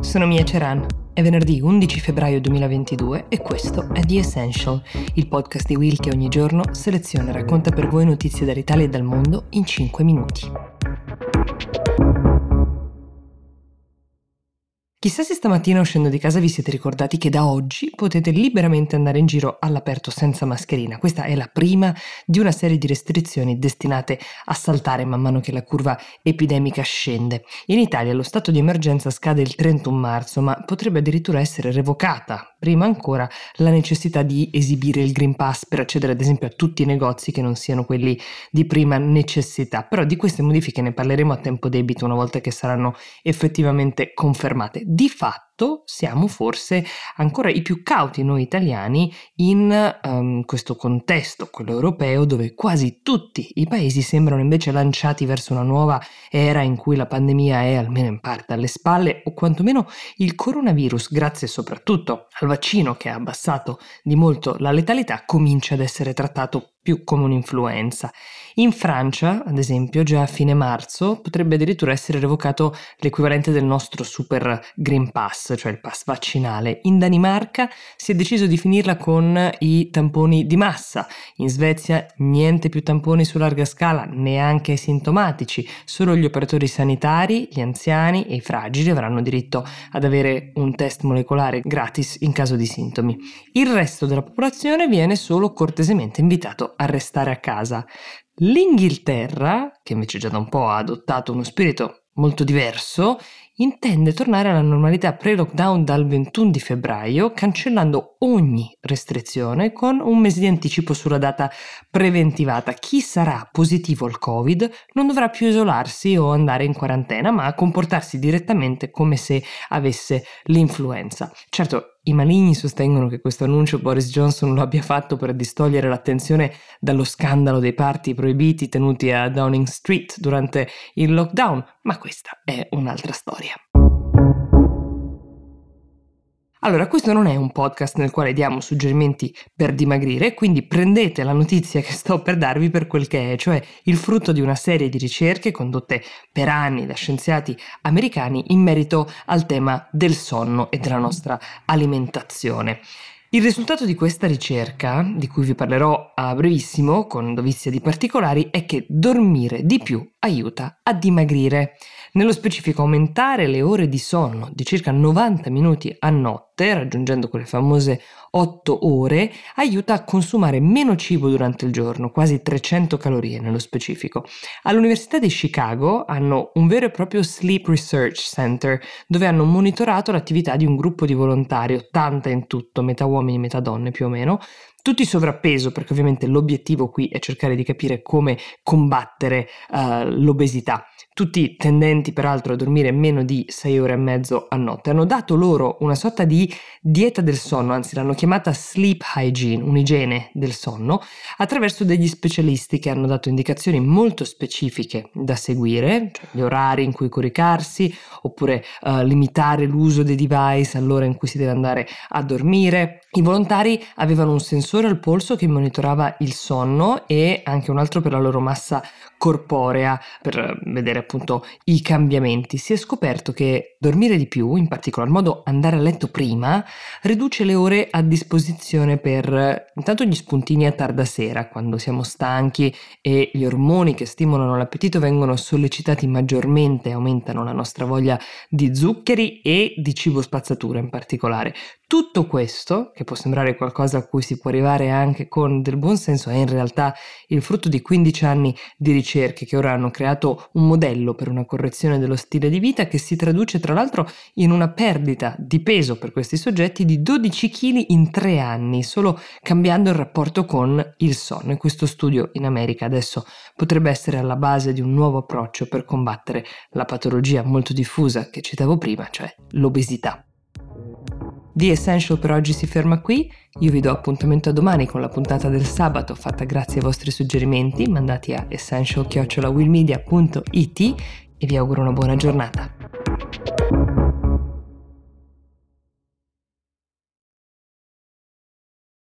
sono Mia Ceran. È venerdì 11 febbraio 2022 e questo è The Essential, il podcast di Will che ogni giorno seleziona e racconta per voi notizie dall'Italia e dal mondo in 5 minuti. Chissà se stamattina uscendo di casa vi siete ricordati che da oggi potete liberamente andare in giro all'aperto senza mascherina. Questa è la prima di una serie di restrizioni destinate a saltare man mano che la curva epidemica scende. In Italia lo stato di emergenza scade il 31 marzo, ma potrebbe addirittura essere revocata. Prima ancora la necessità di esibire il Green Pass per accedere ad esempio a tutti i negozi che non siano quelli di prima necessità. Però di queste modifiche ne parleremo a tempo debito una volta che saranno effettivamente confermate. Di fatto siamo forse ancora i più cauti noi italiani in questo contesto, quello europeo, dove quasi tutti i paesi sembrano invece lanciati verso una nuova era in cui la pandemia è almeno in parte alle spalle, o quantomeno il coronavirus, grazie soprattutto al vaccino che ha abbassato di molto la letalità, comincia ad essere trattato più come un'influenza. In Francia, ad esempio, già a fine marzo potrebbe addirittura essere revocato l'equivalente del nostro super Green Pass, cioè il pass vaccinale. In Danimarca si è deciso di finirla con i tamponi di massa. In Svezia niente più tamponi su larga scala, neanche ai sintomatici. Solo gli operatori sanitari, gli anziani e i fragili avranno diritto ad avere un test molecolare gratis in caso di sintomi. Il resto della popolazione viene solo cortesemente invitato a restare a casa. L'Inghilterra, che invece già da un po' ha adottato uno spirito molto diverso, intende tornare alla normalità pre-lockdown dal 21 di febbraio, cancellando ogni restrizione con un mese di anticipo sulla data preventivata. Chi sarà positivo al Covid non dovrà più isolarsi o andare in quarantena, ma comportarsi direttamente come se avesse l'influenza. Certo, i maligni sostengono che questo annuncio Boris Johnson lo abbia fatto per distogliere l'attenzione dallo scandalo dei party proibiti tenuti a Downing Street durante il lockdown, ma questa è un'altra storia. Allora, questo non è un podcast nel quale diamo suggerimenti per dimagrire, quindi prendete la notizia che sto per darvi per quel che è, cioè il frutto di una serie di ricerche condotte per anni da scienziati americani in merito al tema del sonno e della nostra alimentazione. Il risultato di questa ricerca, di cui vi parlerò a brevissimo con dovizia di particolari, è che dormire di più aiuta a dimagrire. Nello specifico, aumentare le ore di sonno di circa 90 minuti a notte, raggiungendo quelle famose 8 ore, aiuta a consumare meno cibo durante il giorno, quasi 300 calorie nello specifico. All'Università di Chicago hanno un vero e proprio Sleep Research Center, dove hanno monitorato l'attività di un gruppo di volontari, 80 in tutto, metà uomini, metà donne più o meno, tutti sovrappeso, perché ovviamente l'obiettivo qui è cercare di capire come combattere l'obesità. Tutti tendenti peraltro a dormire meno di 6 ore e mezzo a notte. Hanno dato loro una sorta di dieta del sonno, anzi l'hanno chiamata sleep hygiene, un'igiene del sonno, attraverso degli specialisti che hanno dato indicazioni molto specifiche da seguire, cioè gli orari in cui coricarsi, oppure limitare l'uso dei device all'ora in cui si deve andare a dormire. I volontari avevano un sensore al polso che monitorava il sonno e anche un altro per la loro massa corporea per vedere appunto i cambiamenti. Si è scoperto che dormire di più, in particolar modo andare a letto prima, riduce le ore a disposizione per intanto gli spuntini a tarda sera, quando siamo stanchi e gli ormoni che stimolano l'appetito vengono sollecitati maggiormente, aumentano la nostra voglia di zuccheri e di cibo spazzatura in particolare. Tutto questo, che può sembrare qualcosa a cui si può arrivare anche con del buon senso, è in realtà il frutto di 15 anni di ricerche che ora hanno creato un modello per una correzione dello stile di vita che si traduce tra l'altro in una perdita di peso per questi soggetti di 12 kg in 3 anni, solo cambiando il rapporto con il sonno. E questo studio in America adesso potrebbe essere alla base di un nuovo approccio per combattere la patologia molto diffusa che citavo prima, cioè l'obesità. The Essential per oggi si ferma qui, io vi do appuntamento a domani con la puntata del sabato fatta grazie ai vostri suggerimenti mandati a essential@willmedia.it e vi auguro una buona giornata.